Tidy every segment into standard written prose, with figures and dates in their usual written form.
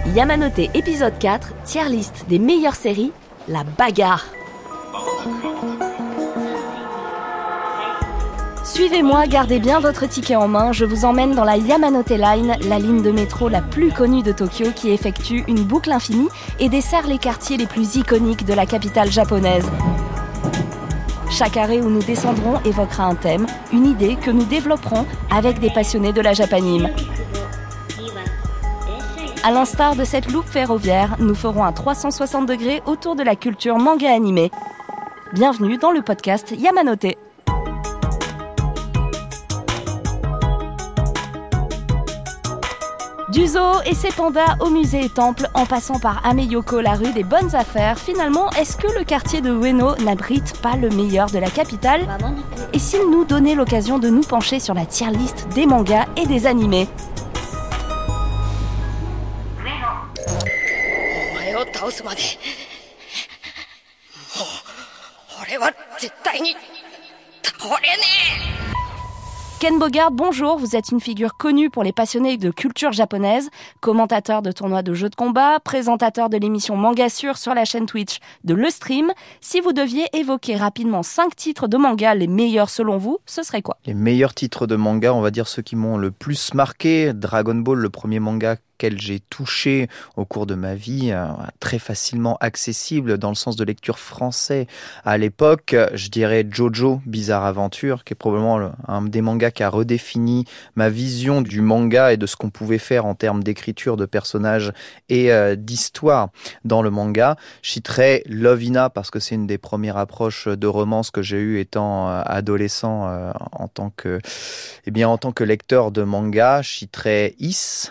Yamanote épisode 4, tier list des meilleures séries, la bagarre. Suivez-moi, gardez bien votre ticket en main, je vous emmène dans la Yamanote Line, la ligne de métro la plus connue de Tokyo qui effectue une boucle infinie et dessert les quartiers les plus iconiques de la capitale japonaise. Chaque arrêt où nous descendrons évoquera un thème, une idée que nous développerons avec des passionnés de la Japanime. À l'instar de cette loupe ferroviaire, nous ferons un 360 degrés autour de la culture manga animée. Bienvenue dans le podcast Yamanote. Du zoo et ses pandas au musée et temple, en passant par Ameyoko, la rue des bonnes affaires, finalement, est-ce que le quartier de Ueno n'abrite pas le meilleur de la capitale ? Et s'il nous donnait l'occasion de nous pencher sur la tier list des mangas et des animés ? Ken Bogard, bonjour, vous êtes une figure connue pour les passionnés de culture japonaise, commentateur de tournois de jeux de combat, présentateur de l'émission Manga sur la chaîne Twitch de Le Stream. Si vous deviez évoquer rapidement 5 titres de manga les meilleurs selon vous, ce serait quoi ? Les meilleurs titres de manga, on va dire ceux qui m'ont le plus marqué. Dragon Ball, le premier manga qu'elle j'ai touché au cours de ma vie, très facilement accessible dans le sens de lecture français. À l'époque, je dirais Jojo, Bizarre Aventure, qui est probablement un des mangas qui a redéfini ma vision du manga et de ce qu'on pouvait faire en termes d'écriture de personnages et d'histoire dans le manga. Je citerai Love Hina parce que c'est une des premières approches de romance que j'ai eues étant adolescent en tant que lecteur de manga. Je citerai Is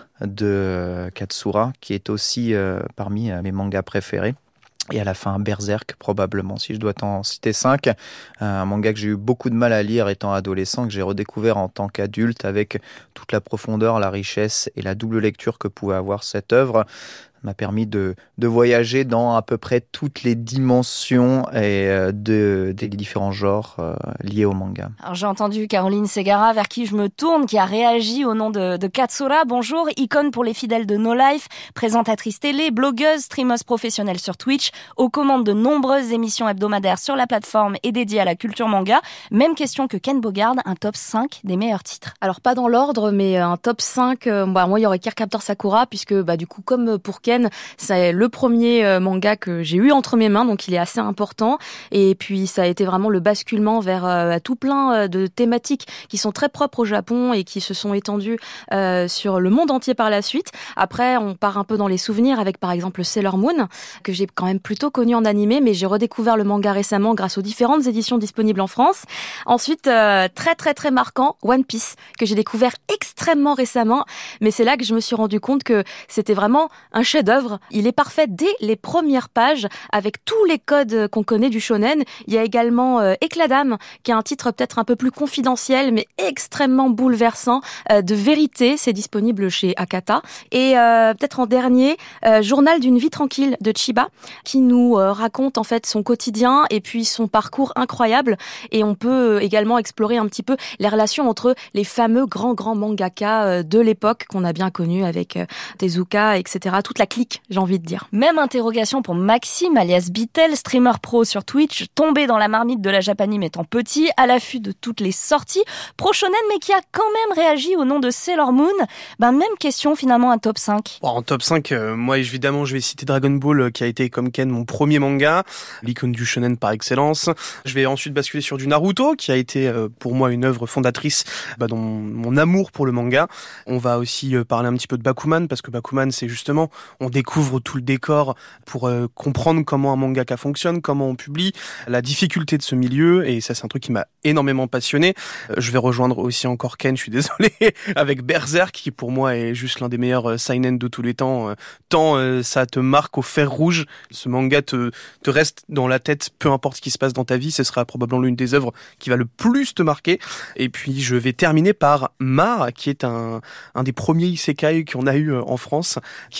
de Katsura, qui est aussi parmi mes mangas préférés. Et à la fin, Berserk, probablement, si je dois t'en citer 5. Un manga que j'ai eu beaucoup de mal à lire étant adolescent, que j'ai redécouvert en tant qu'adulte avec toute la profondeur, la richesse et la double lecture que pouvait avoir cette œuvre. M'a permis de voyager dans à peu près toutes les dimensions et des différents genres liés au manga. Alors j'ai entendu Caroline Segara, vers qui je me tourne, qui a réagi au nom de Katsura. Bonjour, icône pour les fidèles de No Life, présentatrice télé, blogueuse, streameuse professionnelle sur Twitch, aux commandes de nombreuses émissions hebdomadaires sur la plateforme et dédiées à la culture manga. Même question que Ken Bogard, un top 5 des meilleurs titres. Alors pas dans l'ordre, mais un top 5, moi il y aurait Cardcaptor Sakura, puisque du coup comme pour Ken, c'est le premier manga que j'ai eu entre mes mains, donc il est assez important. Et puis ça a été vraiment le basculement vers tout plein de thématiques qui sont très propres au Japon et qui se sont étendues sur le monde entier par la suite. Après, on part un peu dans les souvenirs avec par exemple Sailor Moon, que j'ai quand même plutôt connu en animé, mais j'ai redécouvert le manga récemment grâce aux différentes éditions disponibles en France. Ensuite, très très très marquant, One Piece, que j'ai découvert extrêmement récemment, mais c'est là que je me suis rendu compte que c'était vraiment un chef-d'œuvre. Il est parfait dès les premières pages avec tous les codes qu'on connaît du shonen. Il y a également Éclat d'âme, qui est un titre peut-être un peu plus confidentiel mais extrêmement bouleversant de vérité. C'est disponible chez Akata. Et peut-être en dernier, Journal d'une vie tranquille de Chiba, qui nous raconte en fait son quotidien et puis son parcours incroyable. Et on peut également explorer un petit peu les relations entre les fameux grands mangaka de l'époque qu'on a bien connus avec Tezuka, etc. Toute la clique, j'ai envie de dire. Même interrogation pour Maxime, alias Bitel, streamer pro sur Twitch, tombé dans la marmite de la Japanime étant petit, à l'affût de toutes les sorties, pro shonen, mais qui a quand même réagi au nom de Sailor Moon. Même question, finalement, un top 5. En top 5, moi, évidemment, je vais citer Dragon Ball, qui a été, comme Ken, mon premier manga, l'icône du shonen par excellence. Je vais ensuite basculer sur du Naruto, qui a été, pour moi, une œuvre fondatrice dans mon amour pour le manga. On va aussi parler un petit peu de Bakuman, parce que Bakuman, c'est justement, on découvre tout le décor pour comprendre comment un mangaka fonctionne, comment on publie, la difficulté de ce milieu, et ça c'est un truc qui m'a énormément passionné. Je vais rejoindre aussi encore Ken, je suis désolé, avec Berserk, qui pour moi est juste l'un des meilleurs seinen de tous les temps, tant ça te marque au fer rouge. Ce manga te reste dans la tête, peu importe ce qui se passe dans ta vie, ce sera probablement l'une des œuvres qui va le plus te marquer. Et puis je vais terminer par Mar, qui est un des premiers isekai qu'on a eu en France, qui m'a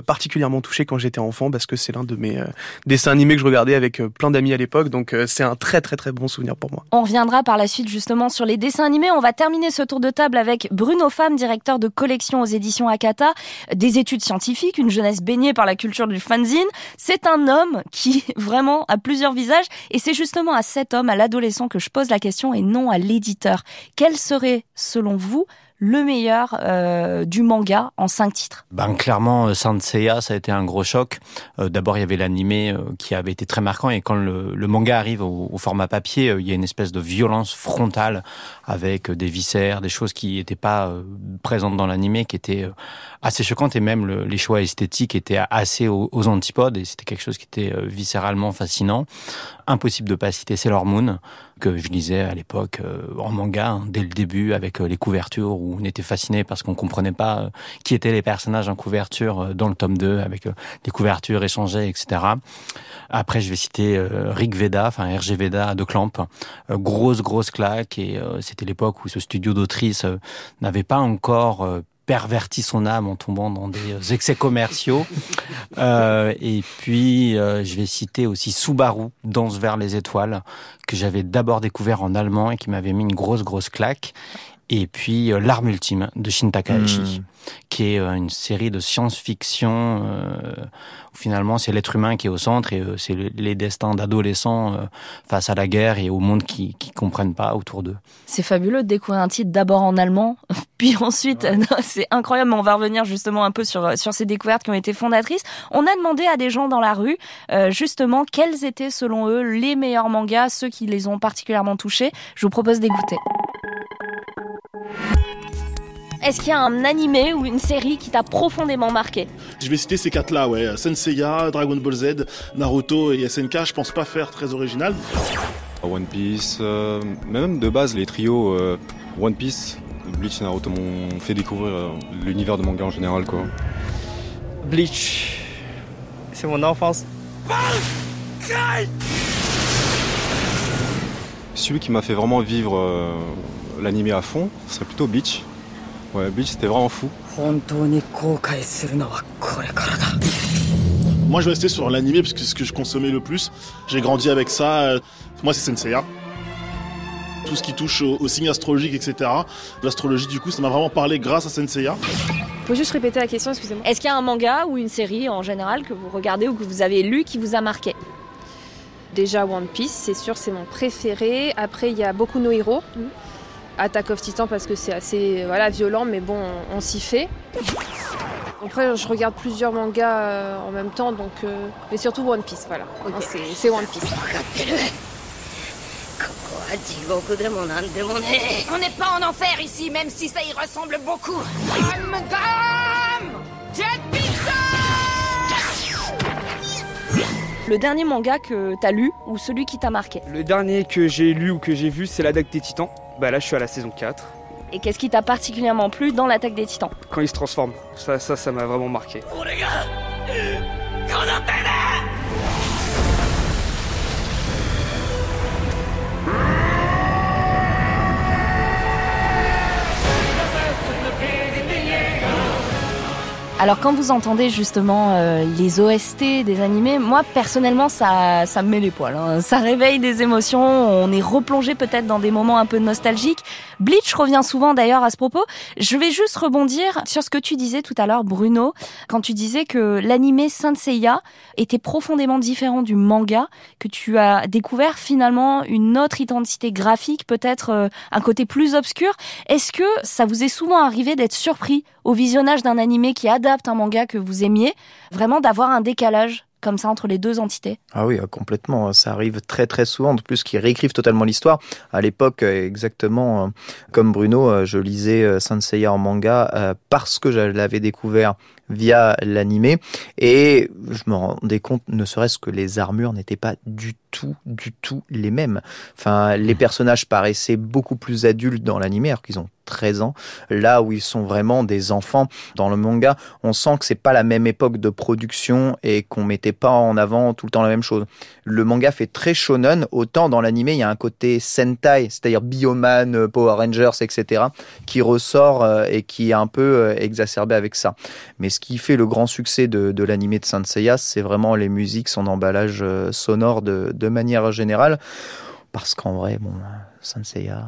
particulièrement touché quand j'étais enfant parce que c'est l'un de mes dessins animés que je regardais avec plein d'amis à l'époque, donc c'est un très très très bon souvenir pour moi. On reviendra par la suite justement sur les dessins animés. On va terminer ce tour de table avec Bruno Pham, directeur de collection aux éditions Akata, des études scientifiques, une jeunesse baignée par la culture du fanzine. C'est un homme qui vraiment a plusieurs visages et c'est justement à cet homme, à l'adolescent, que je pose la question et non à l'éditeur. Quel serait, selon vous, le meilleur du manga en 5 titres? Clairement, Saint Seiya, ça a été un gros choc. D'abord, il y avait l'animé qui avait été très marquant, et quand le manga arrive au format papier, il y a une espèce de violence frontale avec des viscères, des choses qui n'étaient pas présentes dans l'animé, qui étaient assez choquantes, et même les choix esthétiques étaient assez aux antipodes, et c'était quelque chose qui était viscéralement fascinant. Impossible de pas citer Sailor Moon, que je lisais à l'époque en manga, dès le début, avec les couvertures où on était fasciné parce qu'on comprenait pas qui étaient les personnages en couverture dans le tome 2, avec des couvertures échangées, etc. Après, je vais citer Rig Veda, RG Veda de Clamp. Grosse claque, et c'était l'époque où ce studio d'autrice n'avait pas encore perverti son âme en tombant dans des excès commerciaux. Et puis, je vais citer aussi Subaru, Danse vers les étoiles, que j'avais d'abord découvert en allemand et qui m'avait mis une grosse claque. Et puis, L'arme ultime de Shin Takahashi, qui est une série de science-fiction où finalement c'est l'être humain qui est au centre, et c'est les destins d'adolescents face à la guerre et au monde qui comprennent pas autour d'eux. C'est fabuleux de découvrir un titre d'abord en allemand, puis ensuite, c'est incroyable, mais on va revenir justement un peu sur ces découvertes qui ont été fondatrices. On a demandé à des gens dans la rue, justement, quels étaient selon eux les meilleurs mangas, ceux qui les ont particulièrement touchés. Je vous propose d'écouter. Est-ce qu'il y a un animé ou une série qui t'a profondément marqué? Je vais citer ces 4-là, ouais. Saint Seiya, Dragon Ball Z, Naruto et SNK. Je pense pas faire très original. One Piece, même de base, les trios One Piece, Bleach et Naruto m'ont fait découvrir l'univers de manga en général, quoi. Bleach, c'est mon enfance. Celui qui m'a fait vraiment vivre l'animé à fond, ce serait plutôt Bleach. Ouais, Bleach, c'était vraiment fou. Moi, je vais rester sur l'animé parce que c'est ce que je consommais le plus. J'ai grandi avec ça. Moi, c'est Saint Seiya. Tout ce qui touche aux signes astrologiques, etc. L'astrologie, du coup, ça m'a vraiment parlé grâce à Saint Seiya. Faut juste répéter la question, excusez-moi. Est-ce qu'il y a un manga ou une série en général que vous regardez ou que vous avez lu qui vous a marqué? Déjà One Piece, c'est sûr, c'est mon préféré. Après, il y a Boku no Hero. Attack of Titan parce que c'est assez violent, mais bon, on s'y fait. Après, je regarde plusieurs mangas en même temps, donc mais surtout One Piece, voilà. Okay. C'est One Piece. On n'est pas en enfer ici, même si ça y ressemble beaucoup. Le dernier manga que t'as lu ou celui qui t'a marqué? Le dernier que j'ai lu ou que j'ai vu, c'est l'Attaque des Titans. Là, je suis à la saison 4. Et qu'est-ce qui t'a particulièrement plu dans l'Attaque des Titans? Quand il se transforme, ça m'a vraiment marqué. Alors quand vous entendez justement les OST des animés, moi personnellement ça me met les poils, hein. Ça réveille des émotions, on est replongé peut-être dans des moments un peu nostalgiques. Bleach revient souvent d'ailleurs à ce propos. Je vais juste rebondir sur ce que tu disais tout à l'heure, Bruno, quand tu disais que l'animé Saint Seiya était profondément différent du manga, que tu as découvert finalement une autre identité graphique, peut-être un côté plus obscur. Est-ce que ça vous est souvent arrivé d'être surpris au visionnage d'un animé qui adapte un manga que vous aimiez, vraiment d'avoir un décalage comme ça entre les deux entités? Ah oui, complètement. Ça arrive très très souvent. De plus, qu'ils réécrivent totalement l'histoire. À l'époque, exactement comme Bruno, je lisais Saint Seiya en manga parce que je l'avais découvert via l'animé, et je me rendais compte, ne serait-ce que les armures n'étaient pas du tout les mêmes. Enfin, les personnages paraissaient beaucoup plus adultes dans l'animé, alors qu'ils ont 13 ans, là où ils sont vraiment des enfants. Dans le manga, on sent que c'est pas la même époque de production et qu'on mettait pas en avant tout le temps la même chose. Le manga fait très shonen, autant dans l'animé, il y a un côté Sentai, c'est-à-dire Bioman, Power Rangers, etc., qui ressort et qui est un peu exacerbé avec ça. Mais ce qui fait le grand succès de l'animé de Saint Seiya, c'est vraiment les musiques, son emballage sonore de manière générale. Parce qu'en vrai, bon, Saint Seiya...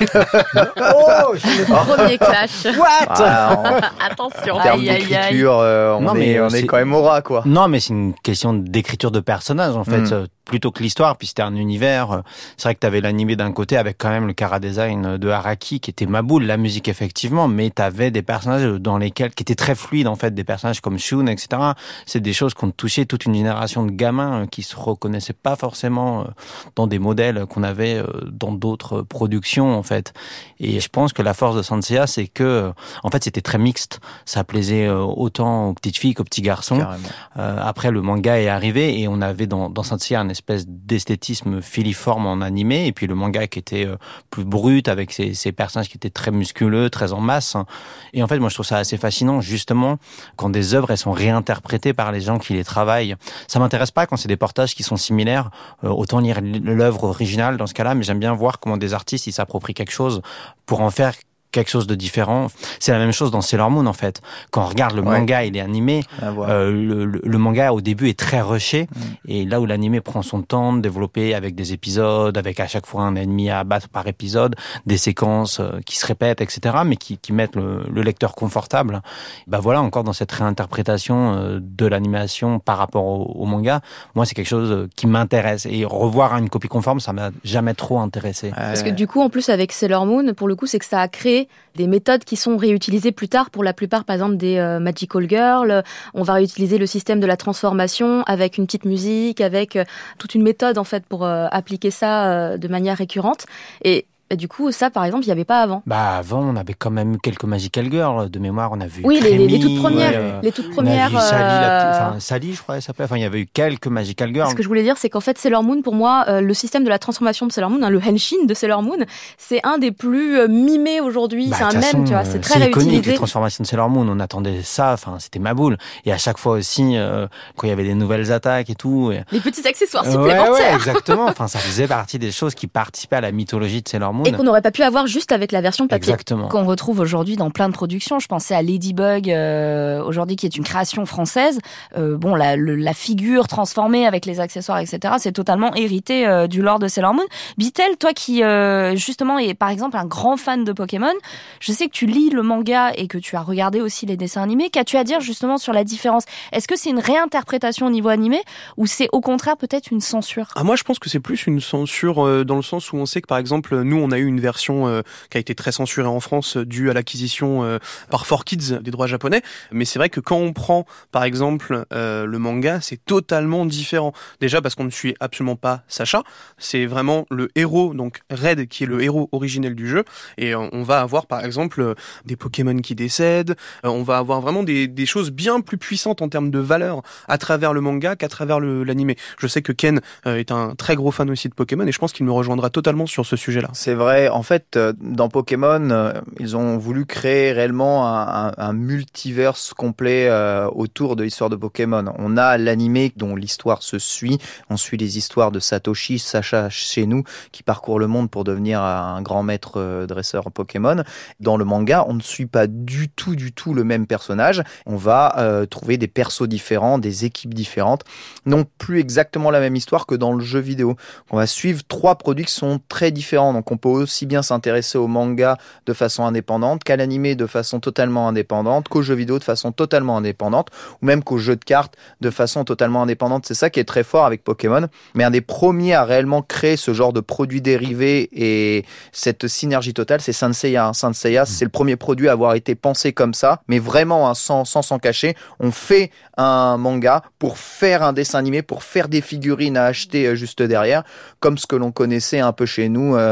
Premier clash. What Attention. En termes d'écriture, on est quand même au ras, quoi. Non, mais c'est une question d'écriture de personnage, en fait. Plutôt que l'histoire, puis c'était un univers. C'est vrai que t'avais l'animé d'un côté avec quand même le chara-design de Araki qui était ma boule, la musique effectivement, mais t'avais des personnages dans lesquels, qui étaient très fluides en fait, des personnages comme Shun, etc. C'est des choses qu'on touchait toute une génération de gamins qui se reconnaissaient pas forcément dans des modèles qu'on avait dans d'autres productions en fait. Et je pense que la force de Saint Seiya, c'est que en fait c'était très mixte. Ça plaisait autant aux petites filles qu'aux petits garçons. Après le manga est arrivé et on avait dans Saint Seiya un espèce d'esthétisme filiforme en animé, et puis le manga qui était plus brut avec ces personnages qui étaient très musculeux, très en masse. Et en fait, moi je trouve ça assez fascinant justement quand des œuvres elles sont réinterprétées par les gens qui les travaillent. Ça m'intéresse pas quand c'est des portages qui sont similaires, autant lire l'œuvre originale dans ce cas-là, mais j'aime bien voir comment des artistes ils s'approprient quelque chose pour en faire quelque chose de différent. C'est la même chose dans Sailor Moon en fait. Quand on regarde le manga, il est animé. Le manga au début est très rushé et là où l'animé prend son temps de développer avec des épisodes, avec à chaque fois un ennemi à abattre par épisode, des séquences qui se répètent, etc. mais qui mettent le lecteur confortable. Bah voilà, encore dans cette réinterprétation de l'animation par rapport au manga, moi c'est quelque chose qui m'intéresse et revoir une copie conforme, ça m'a jamais trop intéressé. Parce que du coup, en plus avec Sailor Moon, pour le coup, c'est que ça a créé des méthodes qui sont réutilisées plus tard pour la plupart, par exemple des Magical Girl. On va réutiliser le système de la transformation avec une petite musique, avec toute une méthode en fait pour appliquer ça de manière récurrente. Et du coup, ça, par exemple, il n'y avait pas avant. Bah, avant, on avait quand même eu quelques Magical Girls. De mémoire, on a vu oui, Crémy, les toutes premières. Les toutes premières. On a vu Sally, je crois, elle s'appelait. Enfin, il y avait eu quelques Magical Girls. Ce que je voulais dire, c'est qu'en fait, Sailor Moon, pour moi, le système de la transformation de Sailor Moon, le henshin de Sailor Moon, c'est un des plus mimés aujourd'hui. C'est un mème, tu vois, c'est très réutilisé. Iconique, les transformations de Sailor Moon. On attendait ça. Enfin, c'était ma boule. Et à chaque fois aussi, quand il y avait des nouvelles attaques et tout. Les petits accessoires supplémentaires. Ouais, exactement. Enfin, ça faisait partie des choses qui participaient à la mythologie de Sailor Moon. Et qu'on n'aurait pas pu avoir juste avec la version papier. Exactement. Qu'on retrouve aujourd'hui dans plein de productions. Je pensais à Ladybug, aujourd'hui, qui est une création française. La figure transformée avec les accessoires, etc., c'est totalement hérité du lore de Sailor Moon. Bitel, toi qui, justement, est par exemple un grand fan de Pokémon, je sais que tu lis le manga et que tu as regardé aussi les dessins animés. Qu'as-tu à dire justement sur la différence ? Est-ce que c'est une réinterprétation au niveau animé ou c'est au contraire peut-être une censure ? Moi, je pense que c'est plus une censure dans le sens où on sait que, par exemple, nous, on a eu une version qui a été très censurée en France due à l'acquisition par 4Kids des droits japonais. Mais c'est vrai que quand on prend, par exemple, le manga, c'est totalement différent. Déjà parce qu'on ne suit absolument pas Sacha. C'est vraiment le héros, donc Red, qui est le héros originel du jeu. Et on va avoir, par exemple, des Pokémon qui décèdent. On va avoir vraiment des choses bien plus puissantes en termes de valeur à travers le manga qu'à travers l'animé. Je sais que Ken est un très gros fan aussi de Pokémon et je pense qu'il me rejoindra totalement sur ce sujet-là. C'est vrai. En fait, dans Pokémon, ils ont voulu créer réellement un multiverse complet autour de l'histoire de Pokémon. On a l'animé dont l'histoire se suit. On suit les histoires de Satoshi, Sacha chez nous, qui parcourt le monde pour devenir un grand maître dresseur Pokémon. Dans le manga, on ne suit pas du tout le même personnage. On va trouver des persos différents, des équipes différentes, non plus exactement la même histoire que dans le jeu vidéo. On va suivre 3 produits qui sont très différents. Donc on peut aussi bien s'intéresser au manga de façon indépendante, qu'à l'animé de façon totalement indépendante, qu'aux jeux vidéo de façon totalement indépendante, ou même qu'aux jeux de cartes de façon totalement indépendante. C'est ça qui est très fort avec Pokémon. Mais un des premiers à réellement créer ce genre de produits dérivés et cette synergie totale, c'est Saint Seiya. Saint Seiya, c'est le premier produit à avoir été pensé comme ça, mais vraiment sans s'en cacher. On fait un manga pour faire un dessin animé, pour faire des figurines à acheter juste derrière, comme ce que l'on connaissait un peu chez nous, chez les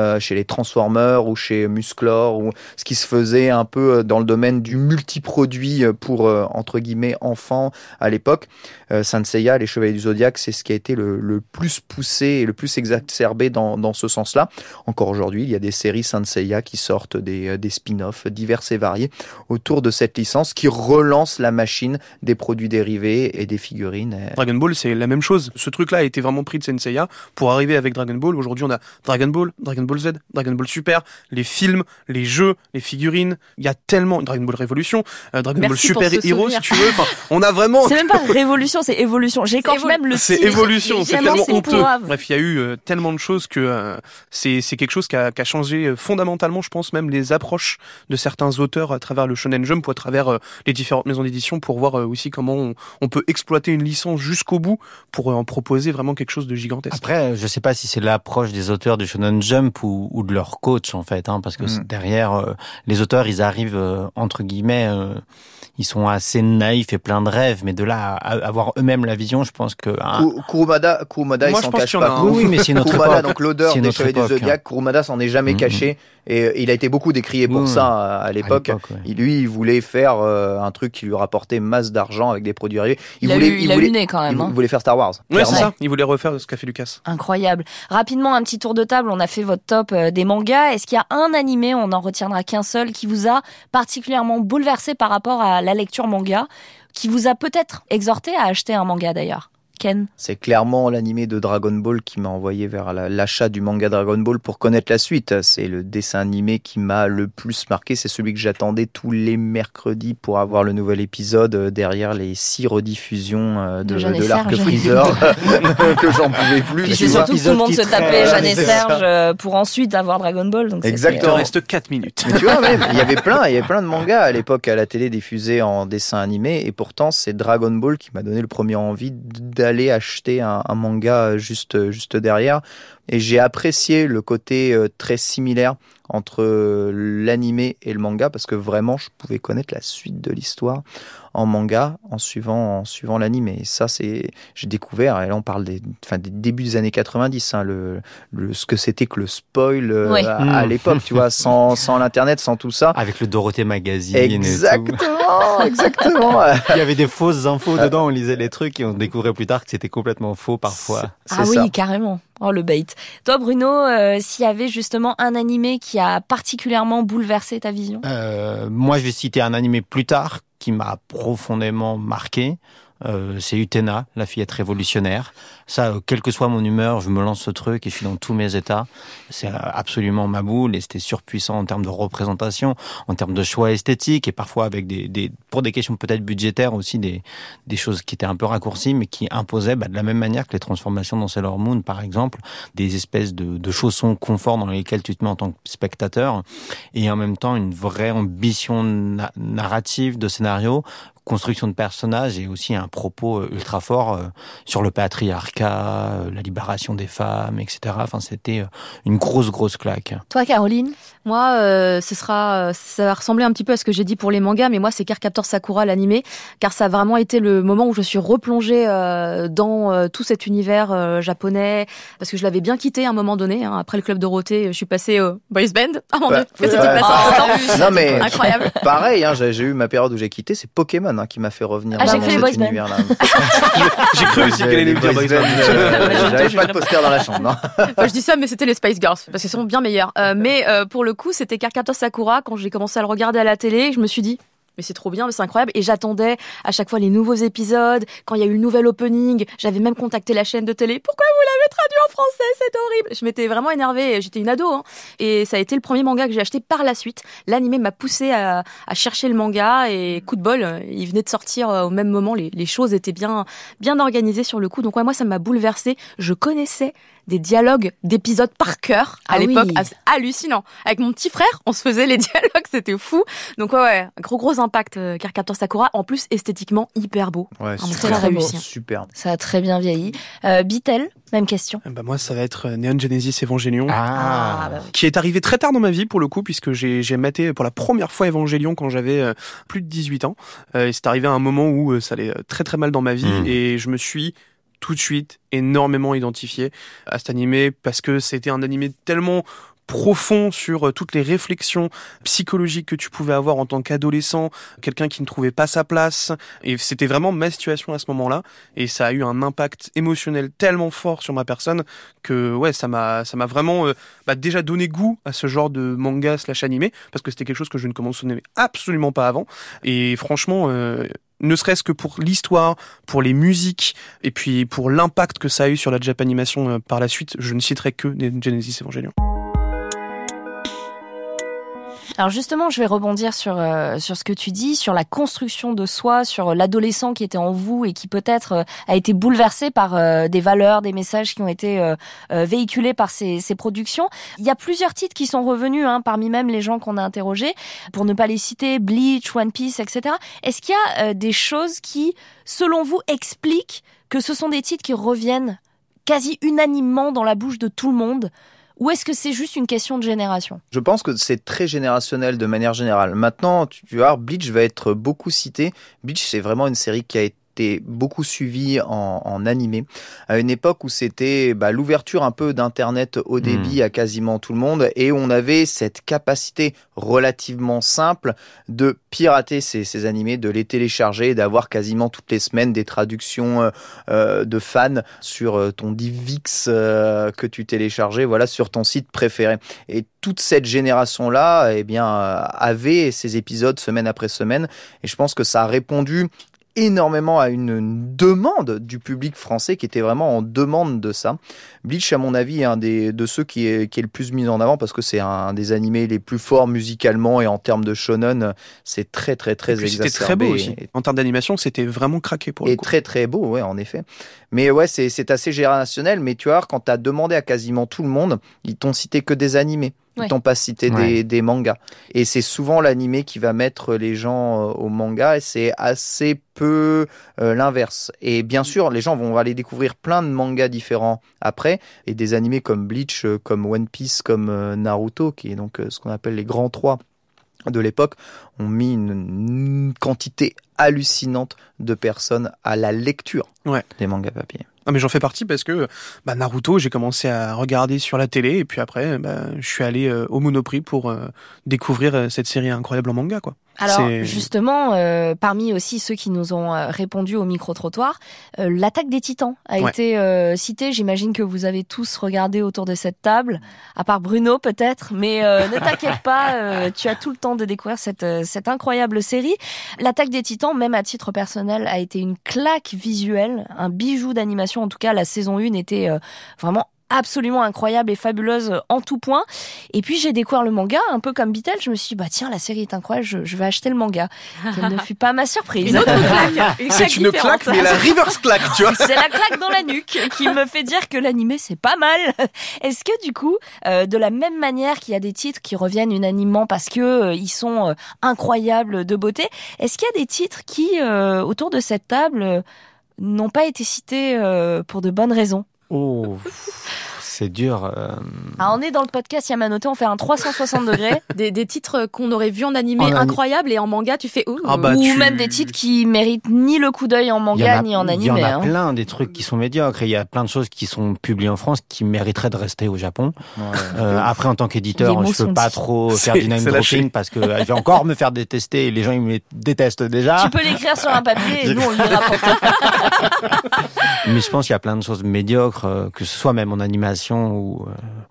Transformers ou chez Musclor, ou ce qui se faisait un peu dans le domaine du multiproduit pour, entre guillemets, enfants à l'époque. Saint Seiya, les Chevaliers du Zodiaque, c'est ce qui a été le plus poussé et le plus exacerbé dans ce sens-là. Encore aujourd'hui, il y a des séries Saint Seiya qui sortent des spin-offs divers et variés autour de cette licence qui relance la machine des produits dérivés et des figurines. Dragon Ball, c'est la même chose. Ce truc-là a été vraiment pris de Saint Seiya pour arriver avec Dragon Ball. Aujourd'hui, on a Dragon Ball Z, Dragon Ball Super, les films, les jeux, les figurines. Il y a tellement... Dragon Ball Révolution, Dragon Ball Super Hero, si tu veux. Enfin, on a vraiment... C'est même pas Révolution, c'est Évolution. J'écorche même le c'est titre. Évolution, c'est tellement honteux. Pourrave. Bref, il y a eu tellement de choses que c'est quelque chose qui a changé fondamentalement, je pense, même les approches de certains auteurs à travers le Shonen Jump ou à travers les différentes maisons d'édition pour voir aussi comment on peut exploiter une licence jusqu'au bout pour en proposer vraiment quelque chose de gigantesque. Après, je sais pas si c'est l'approche des auteurs du Shonen Jump ou de leur coach, en fait, parce que derrière, les auteurs, ils arrivent, entre guillemets, ils sont assez naïfs et pleins de rêves, mais de là à avoir eux-mêmes la vision, je pense que... Kurumada, il s'en cache pas. Oui, mais c'est notre Kurumada, époque. donc l'odeur des Chevaliers du Zodiaque, Kurumada s'en est jamais caché. Et il a été beaucoup décrié pour ça à l'époque. Lui, il voulait faire un truc qui lui rapportait masse d'argent avec des produits dérivés. Il a eu le nez quand même. Il voulait faire Star Wars. Ouais, c'est ça. Il voulait refaire ce qu'a fait Lucas. Incroyable. Rapidement, un petit tour de table. On a fait votre top des mangas. Est-ce qu'il y a un animé, on n'en retiendra qu'un seul, qui vous a particulièrement bouleversé par rapport à la lecture manga, qui vous a peut-être exhorté à acheter un manga d'ailleurs? Ken? C'est clairement l'animé de Dragon Ball qui m'a envoyé vers l'achat du manga Dragon Ball pour connaître la suite. C'est le dessin animé qui m'a le plus marqué. C'est celui que j'attendais tous les mercredis pour avoir le nouvel épisode derrière les 6 rediffusions de l'arc Freezer que j'en pouvais plus. Puis c'est surtout que tout le monde se tapait Jeanne et Serge pour ensuite avoir Dragon Ball. Donc exactement. Il reste 4 minutes. Mais tu vois, même, il y avait plein de mangas à l'époque à la télé diffusés en dessin animé et pourtant c'est Dragon Ball qui m'a donné le premier envie d'aller acheter un manga juste derrière. Et j'ai apprécié le côté très similaire entre l'animé et le manga parce que vraiment je pouvais connaître la suite de l'histoire en manga en suivant l'animé. Et ça, j'ai découvert, et là on parle des débuts des années 90, ce que c'était que le spoil à l'époque, tu vois, sans l'internet, sans tout ça. Avec le Dorothée Magazine. Exactement. Il y avait des fausses infos dedans, on lisait les trucs et on découvrait plus tard que c'était complètement faux parfois. Oui, carrément. Oh, le bait. Toi, Bruno, s'il y avait justement un animé qui a particulièrement bouleversé ta vision? Moi, je vais citer un animé plus tard qui m'a profondément marqué. C'est Utena, la fillette révolutionnaire. Ça, quelle que soit mon humeur, je me lance ce truc et je suis dans tous mes états. C'est absolument ma boule et c'était surpuissant en termes de représentation, en termes de choix esthétiques et parfois avec pour des questions peut-être budgétaires aussi, des choses qui étaient un peu raccourcies mais qui imposaient de la même manière que les transformations dans Sailor Moon par exemple, des espèces de chaussons confort dans lesquels tu te mets en tant que spectateur et en même temps une vraie ambition narrative de scénario, construction de personnages et aussi un propos ultra fort sur le patriarcat, la libération des femmes, etc. Enfin, c'était une grosse claque. Toi, Caroline? Moi, ça va ressembler un petit peu à ce que j'ai dit pour les mangas, mais moi, c'est Cardcaptor Sakura, l'animé, car ça a vraiment été le moment où je suis replongée dans tout cet univers japonais, parce que je l'avais bien quitté à un moment donné. Après le Club Dorothée, je suis passée au Boys Band. Ah mon Dieu, c'était passé non mais incroyable. Pareil, j'ai eu ma période où j'ai quitté, c'est Pokémon qui m'a fait revenir dans cet univers-là. J'ai cru aussi qu'elle allait me dire Boys Band. J'avais pas de poster dans la chambre, non. Enfin, je dis ça, mais c'était les Spice Girls, parce qu'ils sont bien meilleurs. Mais pour le coup, c'était Cardcaptor Sakura. Quand j'ai commencé à le regarder à la télé, je me suis dit, mais c'est trop bien, mais c'est incroyable. Et j'attendais à chaque fois les nouveaux épisodes. Quand il y a eu le nouvel opening, j'avais même contacté la chaîne de télé. Pourquoi vous l'avez traduit en français? C'est horrible. Je m'étais vraiment énervée. J'étais une ado. Et ça a été le premier manga que j'ai acheté par la suite. L'animé m'a poussé à chercher le manga. Et coup de bol, il venait de sortir au même moment. Les choses étaient bien organisées sur le coup. Donc ouais, moi, ça m'a bouleversée. Je connaissais des dialogues d'épisodes par cœur à l'époque. Oui. C'est hallucinant. Avec mon petit frère, on se faisait les dialogues, c'était fou. Donc ouais, gros impact Cardcaptor Sakura. En plus, esthétiquement, hyper beau. Ouais, super. Ça a très bien vieilli. Bitel, même question. Moi, ça va être Neon Genesis Evangelion. Bah oui. Qui est arrivé très tard dans ma vie, pour le coup, puisque j'ai maté pour la première fois Evangelion quand j'avais plus de 18 ans. Et c'est arrivé à un moment où ça allait très mal dans ma vie et je me suis tout de suite énormément identifié à cet animé parce que c'était un animé tellement profond sur toutes les réflexions psychologiques que tu pouvais avoir en tant qu'adolescent, quelqu'un qui ne trouvait pas sa place. Et c'était vraiment ma situation à ce moment-là. Et ça a eu un impact émotionnel tellement fort sur ma personne que ouais, ça m'a vraiment déjà donné goût à ce genre de manga / animé, parce que c'était quelque chose que je ne commençais absolument pas avant. Et franchement, ne serait-ce que pour l'histoire, pour les musiques, et puis pour l'impact que ça a eu sur la Japanimation par la suite, je ne citerai que Genesis Evangelion. Alors justement, je vais rebondir sur ce que tu dis, sur la construction de soi, sur l'adolescent qui était en vous et qui peut-être a été bouleversé par des valeurs, des messages qui ont été véhiculés par ces productions. Il y a plusieurs titres qui sont revenus, parmi même les gens qu'on a interrogés, pour ne pas les citer, Bleach, One Piece, etc. Est-ce qu'il y a des choses qui, selon vous, expliquent que ce sont des titres qui reviennent quasi unanimement dans la bouche de tout le monde ? Ou est-ce que c'est juste une question de génération ? Je pense que c'est très générationnel de manière générale. Maintenant, tu vas voir, Bleach va être beaucoup cité. Bleach, c'est vraiment une série qui a été beaucoup suivie en animé, à une époque où c'était l'ouverture un peu d'Internet au débit à quasiment tout le monde, et on avait cette capacité relativement simple de pirater ces animés, de les télécharger, d'avoir quasiment toutes les semaines des traductions de fans sur ton DivX que tu téléchargeais, voilà, sur ton site préféré. Et toute cette génération-là, avait ces épisodes semaine après semaine, et je pense que ça a répondu énormément à une demande du public français qui était vraiment en demande de ça. Bleach, à mon avis, est un de ceux qui est le plus mis en avant parce que c'est un des animés les plus forts musicalement et en termes de shonen, c'est très très très exacerbé. C'était très beau aussi. En termes d'animation, c'était vraiment craqué pour le coup. Et très très beau, ouais, en effet. Mais ouais, c'est assez générationnel. Mais tu vois, quand t'as demandé à quasiment tout le monde, ils t'ont cité que des animés. Ils t'ont pas cité des mangas. Et c'est souvent l'animé qui va mettre les gens au manga, et c'est assez peu l'inverse. Et bien sûr, les gens vont aller découvrir plein de mangas différents après, et des animés comme Bleach, comme One Piece, comme Naruto, qui est donc ce qu'on appelle les grands trois de l'époque, ont mis une quantité hallucinante de personnes à la lecture des mangas papier. Non, mais j'en fais partie parce que Naruto, j'ai commencé à regarder sur la télé, et puis après, je suis allé au Monoprix pour découvrir cette série incroyable en manga, quoi. Alors justement, parmi aussi ceux qui nous ont répondu au micro-trottoir, l'attaque des Titans a été citée. J'imagine que vous avez tous regardé autour de cette table, à part Bruno peut-être, mais ne t'inquiète pas, tu as tout le temps de découvrir cette incroyable série. L'attaque des Titans, même à titre personnel, a été une claque visuelle, un bijou d'animation. En tout cas, la saison 1 était vraiment absolument incroyable et fabuleuse en tout point. Et puis j'ai découvert le manga, un peu comme Bitel. Je me suis dit, tiens, la série est incroyable, je vais acheter le manga. Quelle ne fut pas ma surprise. Une autre claque. C'est une claque, mais la reverse claque, tu vois. C'est la claque dans la nuque qui me fait dire que l'animé, c'est pas mal. Est-ce que du coup, de la même manière qu'il y a des titres qui reviennent unanimement parce que ils sont incroyables de beauté, est-ce qu'il y a des titres qui, autour de cette table, n'ont pas été cités pour de bonnes raisons ? Oh, c'est dur. On est dans le podcast Yamanote, on fait un 360 degrés. Des titres qu'on aurait vus en animé incroyables, et en manga, tu fais même des titres qui méritent ni le coup d'œil en manga ni en animé. Il y en a plein, des trucs qui sont médiocres, et il y a plein de choses qui sont publiées en France qui mériteraient de rester au Japon. Après, en tant qu'éditeur, je peux pas trop faire du name dropping parce que je vais encore me faire détester, et les gens ils me détestent déjà. Tu peux l'écrire sur un papier et nous on le rapporte. Mais je pense qu'il y a plein de choses médiocres, que ce soit même en animation ou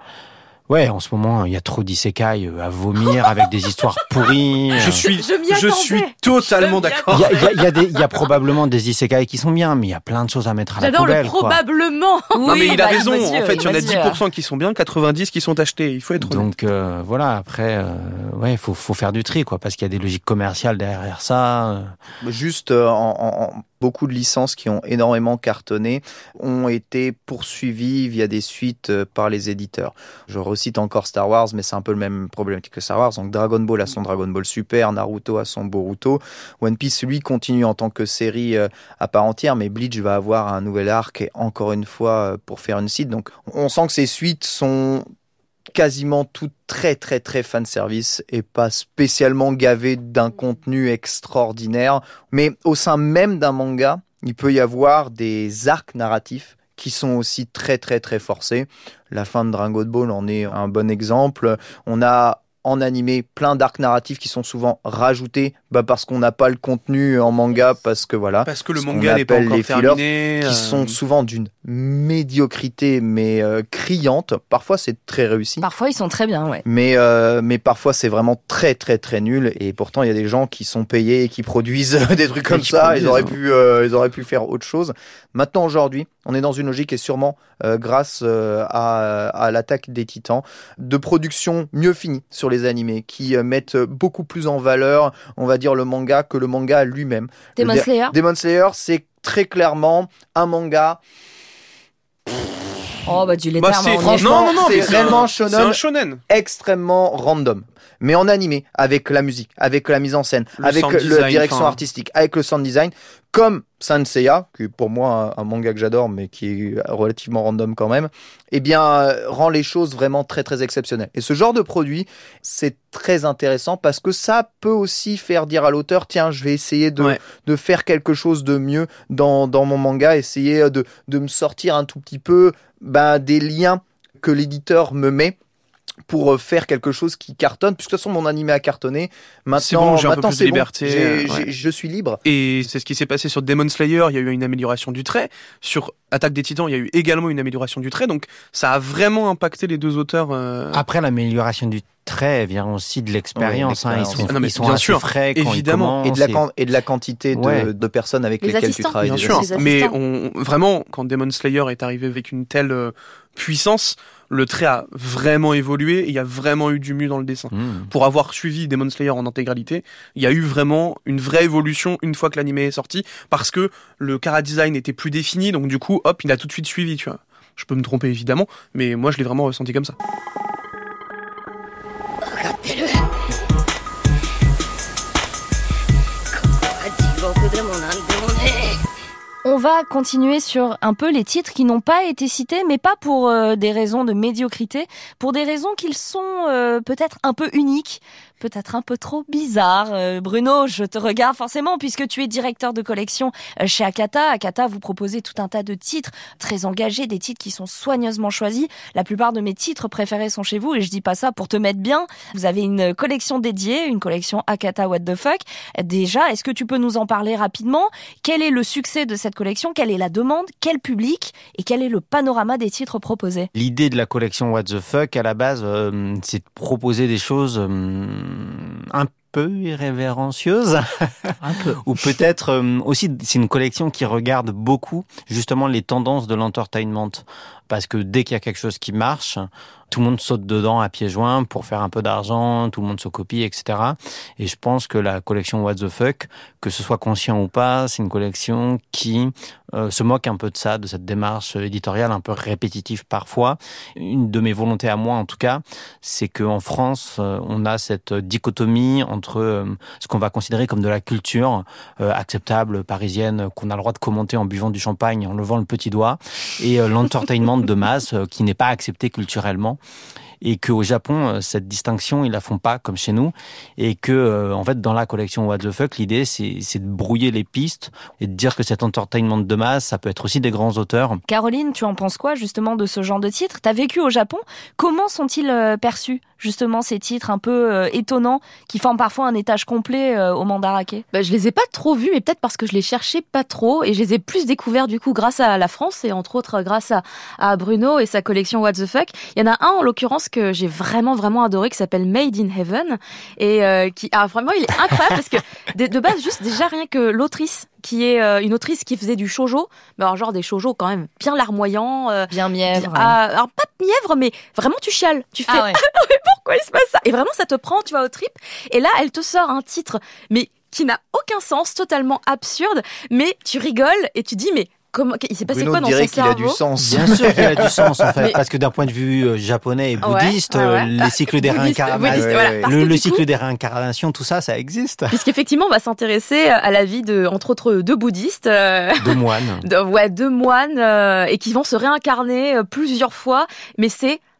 en ce moment il y a trop d'isekai à vomir avec des histoires pourries. Je suis totalement d'accord. Il y a probablement des isekai qui sont bien, mais il y a plein de choses à mettre à la poubelle. J'adore le probablement. Non mais il a raison. En fait, il y en a 10% qui sont bien, 90 qui sont achetés. Il faut être honnête. Donc après faut faire du tri, quoi, parce qu'il y a des logiques commerciales derrière ça. Juste beaucoup de licences qui ont énormément cartonné ont été poursuivies via des suites par les éditeurs. Je recite encore Star Wars, mais c'est un peu le même problématique que Star Wars. Donc Dragon Ball a son Dragon Ball Super, Naruto a son Boruto. One Piece, lui, continue en tant que série à part entière, mais Bleach va avoir un nouvel arc, et encore une fois, pour faire une suite. Donc on sent que ces suites sont quasiment toutes très très très fanservice et pas spécialement gavées d'un contenu extraordinaire. Mais au sein même d'un manga, il peut y avoir des arcs narratifs qui sont aussi très très très forcés. La fin de Dragon Ball en est un bon exemple. On a en animé plein d'arcs narratifs qui sont souvent rajoutés parce qu'on n'a pas le contenu en manga, parce que voilà. Parce que le manga n'est pas encore terminé. Qui sont souvent d'une médiocrité mais criante. Parfois c'est très réussi. Parfois ils sont très bien, ouais. Mais parfois c'est vraiment très très très nul. Et pourtant il y a des gens qui sont payés et qui produisent des trucs comme ça. Ils auraient pu faire autre chose. Maintenant aujourd'hui, on est dans une logique et sûrement grâce à l'attaque des Titans de production mieux finie sur les animés qui mettent beaucoup plus en valeur, on va dire, le manga que le manga lui-même. Demon Slayer. Demon Slayer, c'est très clairement un manga. Oh bah du lait thermal. Franchement, c'est réellement c'est un shonen extrêmement random. Mais en animé, avec la musique, avec la mise en scène, avec la direction artistique, avec le sound design, comme Saint Seiya, qui est pour moi un manga que j'adore, mais qui est relativement random quand même, eh bien, rend les choses vraiment très très exceptionnelles. Et ce genre de produit, c'est très intéressant parce que ça peut aussi faire dire à l'auteur, tiens, je vais essayer de faire quelque chose de mieux dans mon manga, essayer de me sortir un tout petit peu des liens que l'éditeur me met pour faire quelque chose qui cartonne, puisque de toute façon mon animé a cartonné. Maintenant, j'ai un peu plus de liberté. Je suis libre. Et c'est ce qui s'est passé sur Demon Slayer, il y a eu une amélioration du trait. Sur Attaque des Titans, il y a eu également une amélioration du trait, donc ça a vraiment impacté les deux auteurs. Après, l'amélioration du trait vient aussi de l'expérience. Ils sont bien assez sûr, frais évidemment. Quand ils commencent. Et de la quantité de personnes avec lesquelles tu travailles. Bien sûr, mais vraiment, quand Demon Slayer est arrivé avec une telle puissance, le trait a vraiment évolué et il y a vraiment eu du mieux dans le dessin. Pour avoir suivi Demon Slayer en intégralité, il y a eu vraiment une vraie évolution une fois que l'animé est sorti, parce que le chara-design était plus défini, donc du coup, hop, il a tout de suite suivi, tu vois. Je peux me tromper évidemment, mais moi je l'ai vraiment ressenti comme ça. On va continuer sur un peu les titres qui n'ont pas été cités, mais pas pour des raisons de médiocrité, pour des raisons qu'ils sont peut-être un peu uniques, peut-être un peu trop bizarres. Bruno, je te regarde forcément puisque tu es directeur de collection chez Akata. Akata, vous proposez tout un tas de titres très engagés, des titres qui sont soigneusement choisis. La plupart de mes titres préférés sont chez vous et je dis pas ça pour te mettre bien. Vous avez une collection dédiée, une collection Akata What the Fuck. Déjà, est-ce que tu peux nous en parler rapidement ? Quel est le succès de cette collection ? Quelle est la demande ? Quel public ? Et quel est le panorama des titres proposés ? L'idée de la collection What the Fuck, à la base, c'est de proposer des choses un peu irrévérencieuses. Un peu. Ou peut-être aussi, c'est une collection qui regarde beaucoup justement les tendances de l'entertainment. Parce que dès qu'il y a quelque chose qui marche, tout le monde saute dedans à pieds joints pour faire un peu d'argent, tout le monde se copie, etc. Et je pense que la collection What the Fuck, que ce soit conscient ou pas, c'est une collection qui se moque un peu de ça, de cette démarche éditoriale un peu répétitive parfois. Une de mes volontés à moi, en tout cas, c'est qu'en France, on a cette dichotomie entre ce qu'on va considérer comme de la culture acceptable, parisienne, qu'on a le droit de commenter en buvant du champagne, en levant le petit doigt, et l'entertainment de masse qui n'est pas accepté culturellement. Et qu'au Japon, cette distinction, ils la font pas comme chez nous. Et que, en fait, dans la collection What the Fuck, l'idée, c'est de brouiller les pistes et de dire que cet entertainment de masse, ça peut être aussi des grands auteurs. Caroline, tu en penses quoi, justement, de ce genre de titres ? T'as vécu au Japon. Comment sont-ils perçus, justement, ces titres un peu étonnants, qui forment parfois un étage complet au mandarake ? Je les ai pas trop vus, mais peut-être parce que je les cherchais pas trop. Et je les ai plus découverts, du coup, grâce à la France et entre autres grâce à Bruno et sa collection What the Fuck. Il y en a un, en l'occurrence, que j'ai vraiment adoré, qui s'appelle Made in Heaven, et vraiment il est incroyable parce que de base, juste déjà rien que l'autrice, qui est une autrice qui faisait du shoujo, mais alors genre des shoujo quand même bien larmoyants, bien mièvre. Alors pas mièvre, mais vraiment tu chiales, tu fais ah ouais. Mais pourquoi il se passe ça ? Et vraiment ça te prend, tu vas au trip, et là elle te sort un titre mais qui n'a aucun sens, totalement absurde, mais tu rigoles et tu dis mais il s'est passé Bruno quoi dans son cerveau ? Qu'il a du sens. Bien sûr qu'il a du sens, en fait, parce que d'un point de vue japonais et bouddhiste, les cycles des réincarnations, le cycle des réincarnations, tout ça, ça existe. Puisqu'effectivement, on va s'intéresser à la vie entre autres, deux bouddhistes. Deux moines. Deux moines, et qui vont se réincarner plusieurs fois, mais c'est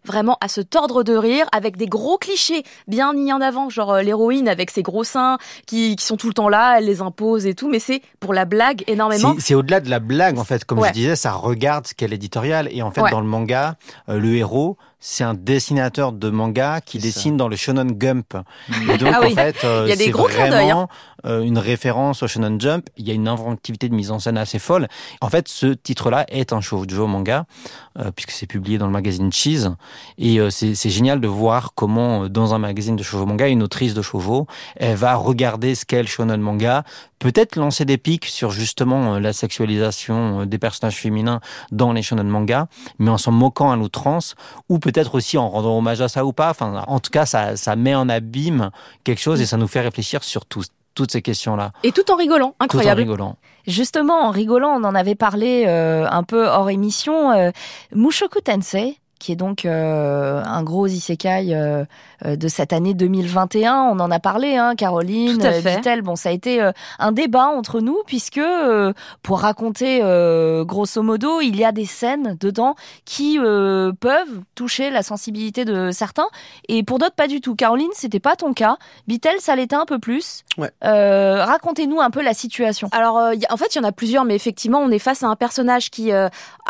vraiment à se tordre de rire avec des gros clichés bien mis en avant, genre l'héroïne avec ses gros seins qui sont tout le temps là, elle les impose et tout, mais c'est pour la blague énormément. C'est au-delà de la blague, en fait. Comme Ouais. je disais, ça regarde ce qu'est l'éditorial. Et en fait, Ouais. dans le manga, le héros, c'est un dessinateur de manga qui C'est dessine dans le Shonen Jump. Et donc, Ah en oui. fait, Il y a des c'est gros clins d'œil, vraiment une référence au Shonen Jump. Il y a une inventivité de mise en scène assez folle. En fait, ce titre-là est un shoujo manga, puisque c'est publié dans le magazine Cheese. Et c'est génial de voir comment, dans un magazine de shoujo manga, une autrice de shoujo, elle va regarder ce qu'est le shonen manga, peut-être lancer des pics sur justement la sexualisation des personnages féminins dans les shonen manga, mais en s'en moquant à l'outrance, ou peut-être aussi en rendant hommage à ça ou pas. Enfin, en tout cas, ça met en abîme quelque chose et ça nous fait réfléchir sur toutes ces questions-là. Et tout en rigolant, incroyable. Tout en rigolant. Justement, en rigolant, on en avait parlé un peu hors émission. Mushoku Tensei, qui est donc un gros isekai de cette année 2021. On en a parlé, hein, Caroline, Tout à fait. Vitel. Bon, ça a été un débat entre nous, puisque, pour raconter grosso modo, il y a des scènes dedans qui peuvent toucher la sensibilité de certains, et pour d'autres, pas du tout. Caroline, c'était pas ton cas. Vitel, ça l'était un peu plus. Ouais. Racontez-nous un peu la situation. Alors, en fait, il y en a plusieurs, mais effectivement, on est face à un personnage qui a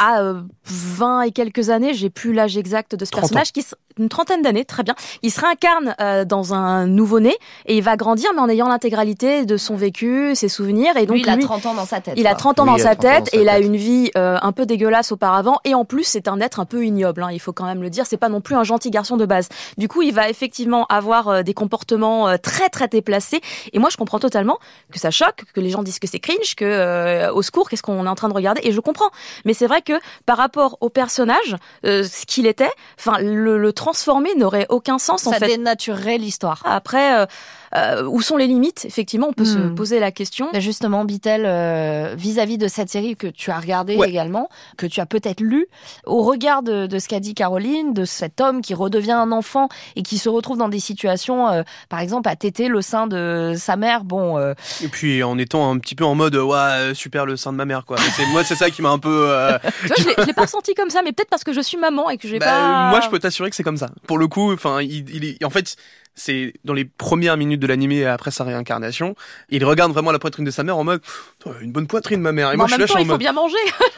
20 et quelques années, j'ai plus l'âge exact de ce 30 personnage, une trentaine d'années, très bien. Il se réincarne dans un nouveau-né et il va grandir, mais en ayant l'intégralité de son vécu, ses souvenirs. Et donc, Lui, il a 30 ans dans sa tête. il a quoi. 30 ans Oui, dans il a sa 30 ans dans tête sa et il a tête. une vie un peu dégueulasse auparavant. Et en plus, c'est un être un peu ignoble, hein, il faut quand même le dire. C'est pas non plus un gentil garçon de base. Du coup, il va effectivement avoir des comportements très, très déplacés. Et moi, je comprends totalement que ça choque, que les gens disent que c'est cringe, que au secours, qu'est-ce qu'on est en train de regarder. Et je comprends. Mais c'est vrai que par rapport au personnage, ce qu'il était, enfin, le transformer n'aurait aucun sens, en Ça fait. dénaturerait l'histoire. Après, où sont les limites? Effectivement, on peut se Hmm. poser la question. Ben justement, Bitel, vis-à-vis de cette série que tu as regardée Ouais. également, que tu as peut-être lue, au regard de ce qu'a dit Caroline, de cet homme qui redevient un enfant et qui se retrouve dans des situations, par exemple, à téter le sein de sa mère, bon... Et puis en étant un petit peu en mode super le sein de ma mère quoi. Moi c'est ça qui m'a un peu Tu vois, je l'ai pas ressenti comme ça, mais peut-être parce que je suis maman et que j'ai Bah, pas... moi je peux t'assurer que c'est comme ça. Pour le coup, enfin en fait c'est dans les premières minutes de l'animé après sa réincarnation, il regarde vraiment la poitrine de sa mère en mode une bonne poitrine ma mère. Et Mais moi en je suis même là temps, je suis il en faut mode bien manger.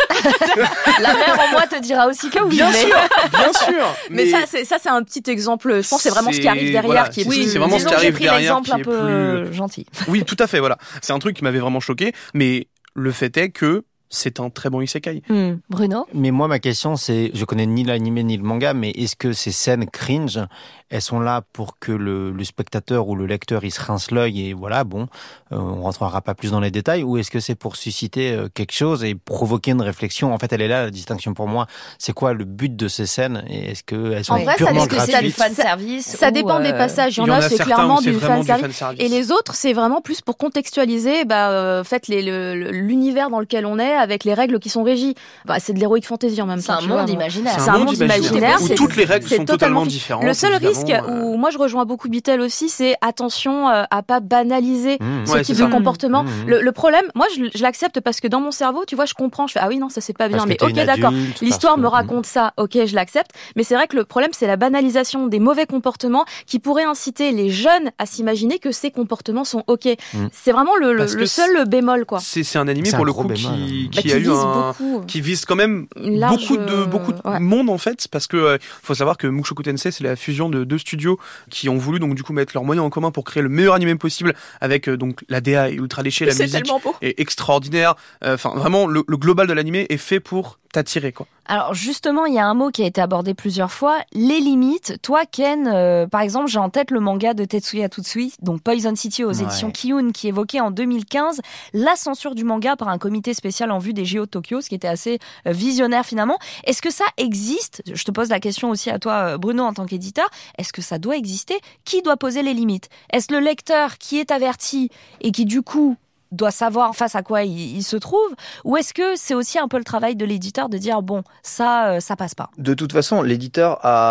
La mère en moi te dira aussi que oui. bien mais- sûr, bien sûr. Mais ça, c'est un petit exemple. Je pense que c'est vraiment ce qui arrive derrière voilà, qui est c'est- plus... c'est vraiment ce Disons qui que j'ai arrive pris derrière l'exemple qui un est peu plus gentil. Oui, tout à fait, voilà. C'est un truc qui m'avait vraiment choqué, mais le fait est que c'est un très bon isekai. Bruno? Mais moi, ma question, c'est, je connais ni l'animé ni le manga, mais est-ce que ces scènes cringe, elles sont là pour que le spectateur ou le lecteur, il se rince l'œil et voilà, bon, on rentrera pas plus dans les détails, ou est-ce que c'est pour susciter quelque chose et provoquer une réflexion? En fait, elle est là, la distinction pour moi. C'est quoi le but de ces scènes et est-ce qu'elles sont En vrai, ça purement dépend- Est-ce que c'est du gratuites? fan service? Ça dépend des passages. Il y en a, c'est certains clairement où c'est du vraiment fan du service. fanservice. Et les autres, c'est vraiment plus pour contextualiser, faites l'univers dans lequel on est avec les règles qui sont régies. C'est de l'héroïque fantasy en même C'est temps. un tu vois. monde imaginaire. C'est un monde imaginaire. où c'est- toutes les règles c'est sont totalement fi- différentes. Le seul évidemment, risque où moi je rejoins beaucoup Bitel aussi, c'est attention à pas banaliser ce Ouais, type c'est de ça. comportement. Mmh. Le problème, moi je l'accepte parce que dans mon cerveau, tu vois, je comprends, je fais ah oui non ça c'est pas bien, Parce que mais t'es ok une d'accord. adulte, L'histoire parce me que- raconte ça, ok je l'accepte, mais c'est vrai que le problème c'est la banalisation des mauvais comportements qui pourrait inciter les jeunes à s'imaginer que ces comportements sont ok. C'est vraiment Parce que le seul bémol quoi. C'est un animé C'est pour un le gros coup bémol. qui a eu vise un beaucoup. qui vise quand même Une large, beaucoup de ouais. monde en fait parce que faut savoir que Mushoku Tensei c'est la fusion de deux studios qui ont voulu donc du coup mettre leurs moyens en commun pour créer le meilleur animé possible avec donc la DA est ultra léchée, la C'est musique tellement beau. est extraordinaire, enfin vraiment le global de l'animé est fait pour t'attirer quoi. Alors justement, il y a un mot qui a été abordé plusieurs fois, les limites. Toi, Ken, par exemple, j'ai en tête le manga de Tetsuya Tsutsui, donc Poison City aux éditions Kiyun, qui évoquait en 2015 la censure du manga par un comité spécial en vue des JO de Tokyo, ce qui était assez visionnaire finalement. Est-ce que ça existe? Je te pose la question aussi à toi, Bruno, en tant qu'éditeur. Est-ce que ça doit exister? Qui doit poser les limites? Est-ce le lecteur qui est averti et qui du coup doit savoir face à quoi il se trouve, ou est-ce que c'est aussi un peu le travail de l'éditeur de dire bon, ça passe pas? De toute façon, l'éditeur a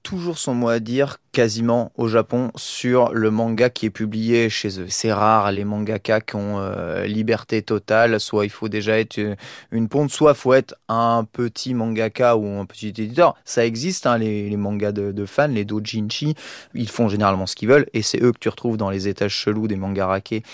toujours son mot à dire, quasiment au Japon, sur le manga qui est publié chez eux. C'est rare les mangaka qui ont liberté totale, soit il faut déjà être une ponte, soit il faut être un petit mangaka ou un petit éditeur. Ça existe, hein, les mangas de fans, les doujinshi, ils font généralement ce qu'ils veulent, et c'est eux que tu retrouves dans les étages chelous des mangas raqués,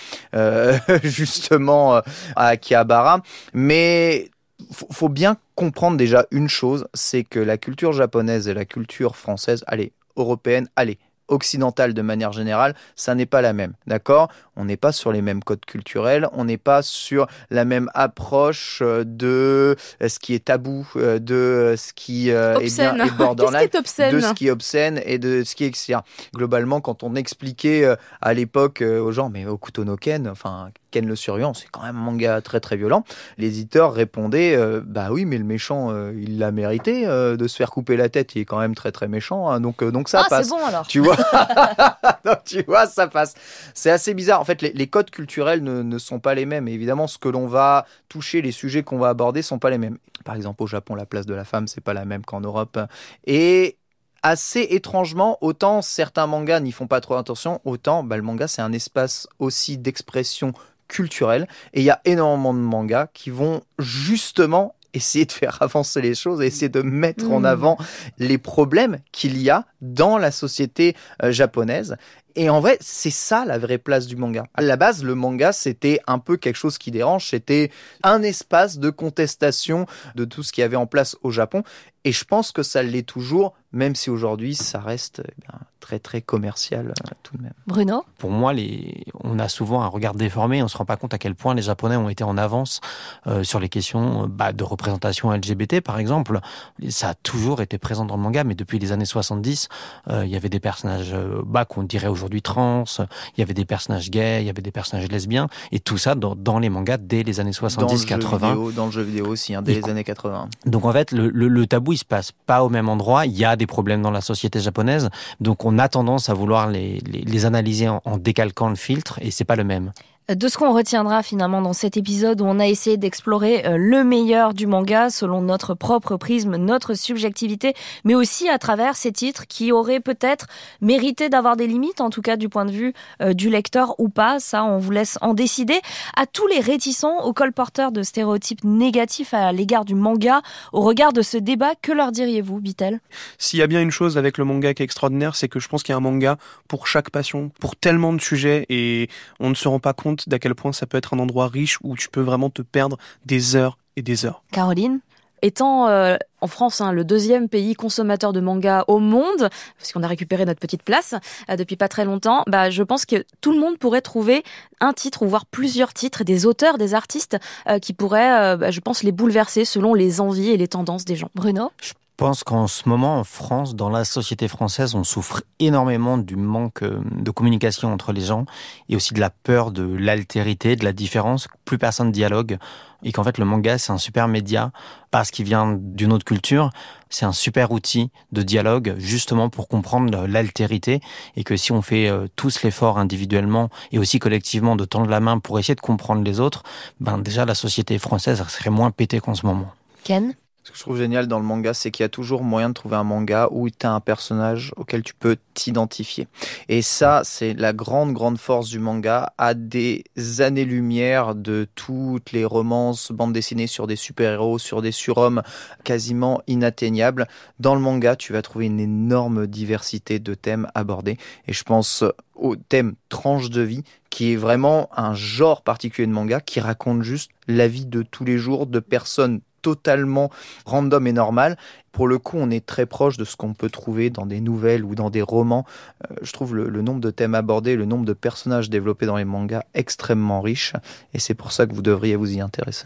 justement à Akihabara. Mais faut bien comprendre déjà une chose, c'est que la culture japonaise et la culture française, européenne, occidentale de manière générale, ça n'est pas la même, d'accord ? On n'est pas sur les mêmes codes culturels, on n'est pas sur la même approche de ce qui est tabou, de ce qui est borderline, de ce qui est obscène et de ce qui est etc. Globalement, quand on expliquait à l'époque aux gens, mais Hokuto no Ken, enfin Ken le Survivant, c'est quand même un manga très très violent, les éditeurs répondaient bah oui, mais le méchant, il l'a mérité de se faire couper la tête, il est quand même très très méchant, hein, donc ça passe. C'est bon alors. Tu vois, donc, tu vois, ça passe. C'est assez bizarre. En fait, les codes culturels ne sont pas les mêmes. Et évidemment, ce que l'on va toucher, les sujets qu'on va aborder sont pas les mêmes. Par exemple, au Japon, la place de la femme, c'est pas la même qu'en Europe. Et assez étrangement, autant certains mangas n'y font pas trop attention, autant le manga, c'est un espace aussi d'expression culturelle. Et il y a énormément de mangas qui vont justement essayer de faire avancer les choses, essayer de mettre en avant les problèmes qu'il y a dans la société japonaise. Et en vrai, c'est ça la vraie place du manga. À la base, le manga, c'était un peu quelque chose qui dérange. C'était un espace de contestation de tout ce qu'il y avait en place au Japon. Et je pense que ça l'est toujours, même si aujourd'hui, ça reste très, très commercial tout de même. Bruno ? Pour moi, on a souvent un regard déformé. On ne se rend pas compte à quel point les Japonais ont été en avance sur les questions de représentation LGBT, par exemple. Ça a toujours été présent dans le manga, mais depuis les années 70, il y avait des personnages qu'on dirait aujourd'hui trans, il y avait des personnages gays, il y avait des personnages lesbiens, et tout ça dans les mangas dès les années 70-80. Dans le jeu vidéo aussi, dès les années 80. Donc en fait, le tabou, il se passe pas au même endroit. Il y a des problèmes dans la société japonaise, donc on a tendance à vouloir les analyser en décalquant le filtre, et c'est pas le même. De ce qu'on retiendra finalement dans cet épisode où on a essayé d'explorer le meilleur du manga selon notre propre prisme, notre subjectivité, mais aussi à travers ces titres qui auraient peut-être mérité d'avoir des limites, en tout cas du point de vue du lecteur ou pas. Ça, on vous laisse en décider. À tous les réticents, aux colporteurs de stéréotypes négatifs à l'égard du manga, au regard de ce débat, que leur diriez-vous, Bitel ? S'il y a bien une chose avec le manga qui est extraordinaire, c'est que je pense qu'il y a un manga pour chaque passion, pour tellement de sujets, et on ne se rend pas compte d'à quel point ça peut être un endroit riche où tu peux vraiment te perdre des heures et des heures. Caroline ? Étant en France le deuxième pays consommateur de manga au monde, parce qu'on a récupéré notre petite place depuis pas très longtemps, je pense que tout le monde pourrait trouver un titre ou voire plusieurs titres, des auteurs, des artistes qui pourraient, je pense, les bouleverser selon les envies et les tendances des gens. Bruno ? Je pense qu'en ce moment, en France, dans la société française, on souffre énormément du manque de communication entre les gens et aussi de la peur de l'altérité, de la différence. Plus personne dialogue et qu'en fait, le manga, c'est un super média parce qu'il vient d'une autre culture. C'est un super outil de dialogue justement pour comprendre l'altérité et que si on fait tous l'effort individuellement et aussi collectivement de tendre la main pour essayer de comprendre les autres, déjà la société française serait moins pétée qu'en ce moment. Ken ? Ce que je trouve génial dans le manga, c'est qu'il y a toujours moyen de trouver un manga où tu as un personnage auquel tu peux t'identifier. Et ça, c'est la grande force du manga, à des années-lumière de toutes les romances, bandes dessinées sur des super-héros, sur des surhommes quasiment inatteignables. Dans le manga, tu vas trouver une énorme diversité de thèmes abordés. Et je pense au thème tranche de vie, qui est vraiment un genre particulier de manga, qui raconte juste la vie de tous les jours de personnes totalement random et normal. Pour le coup, on est très proche de ce qu'on peut trouver dans des nouvelles ou dans des romans. Je trouve le nombre de thèmes abordés, le nombre de personnages développés dans les mangas extrêmement riche, et c'est pour ça que vous devriez vous y intéresser.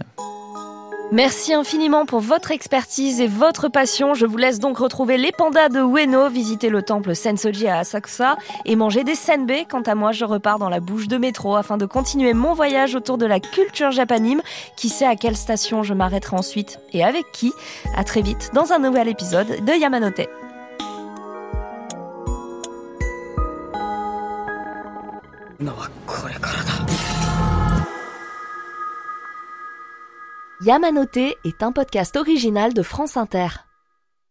Merci infiniment pour votre expertise et votre passion. Je vous laisse donc retrouver les pandas de Ueno, visiter le temple Sensoji à Asakusa et manger des senbei. Quant à moi, je repars dans la bouche de métro afin de continuer mon voyage autour de la culture japanime. Qui sait à quelle station je m'arrêterai ensuite et avec qui ? À très vite dans un nouvel épisode de Yamanote. Yamanote est un podcast original de France Inter.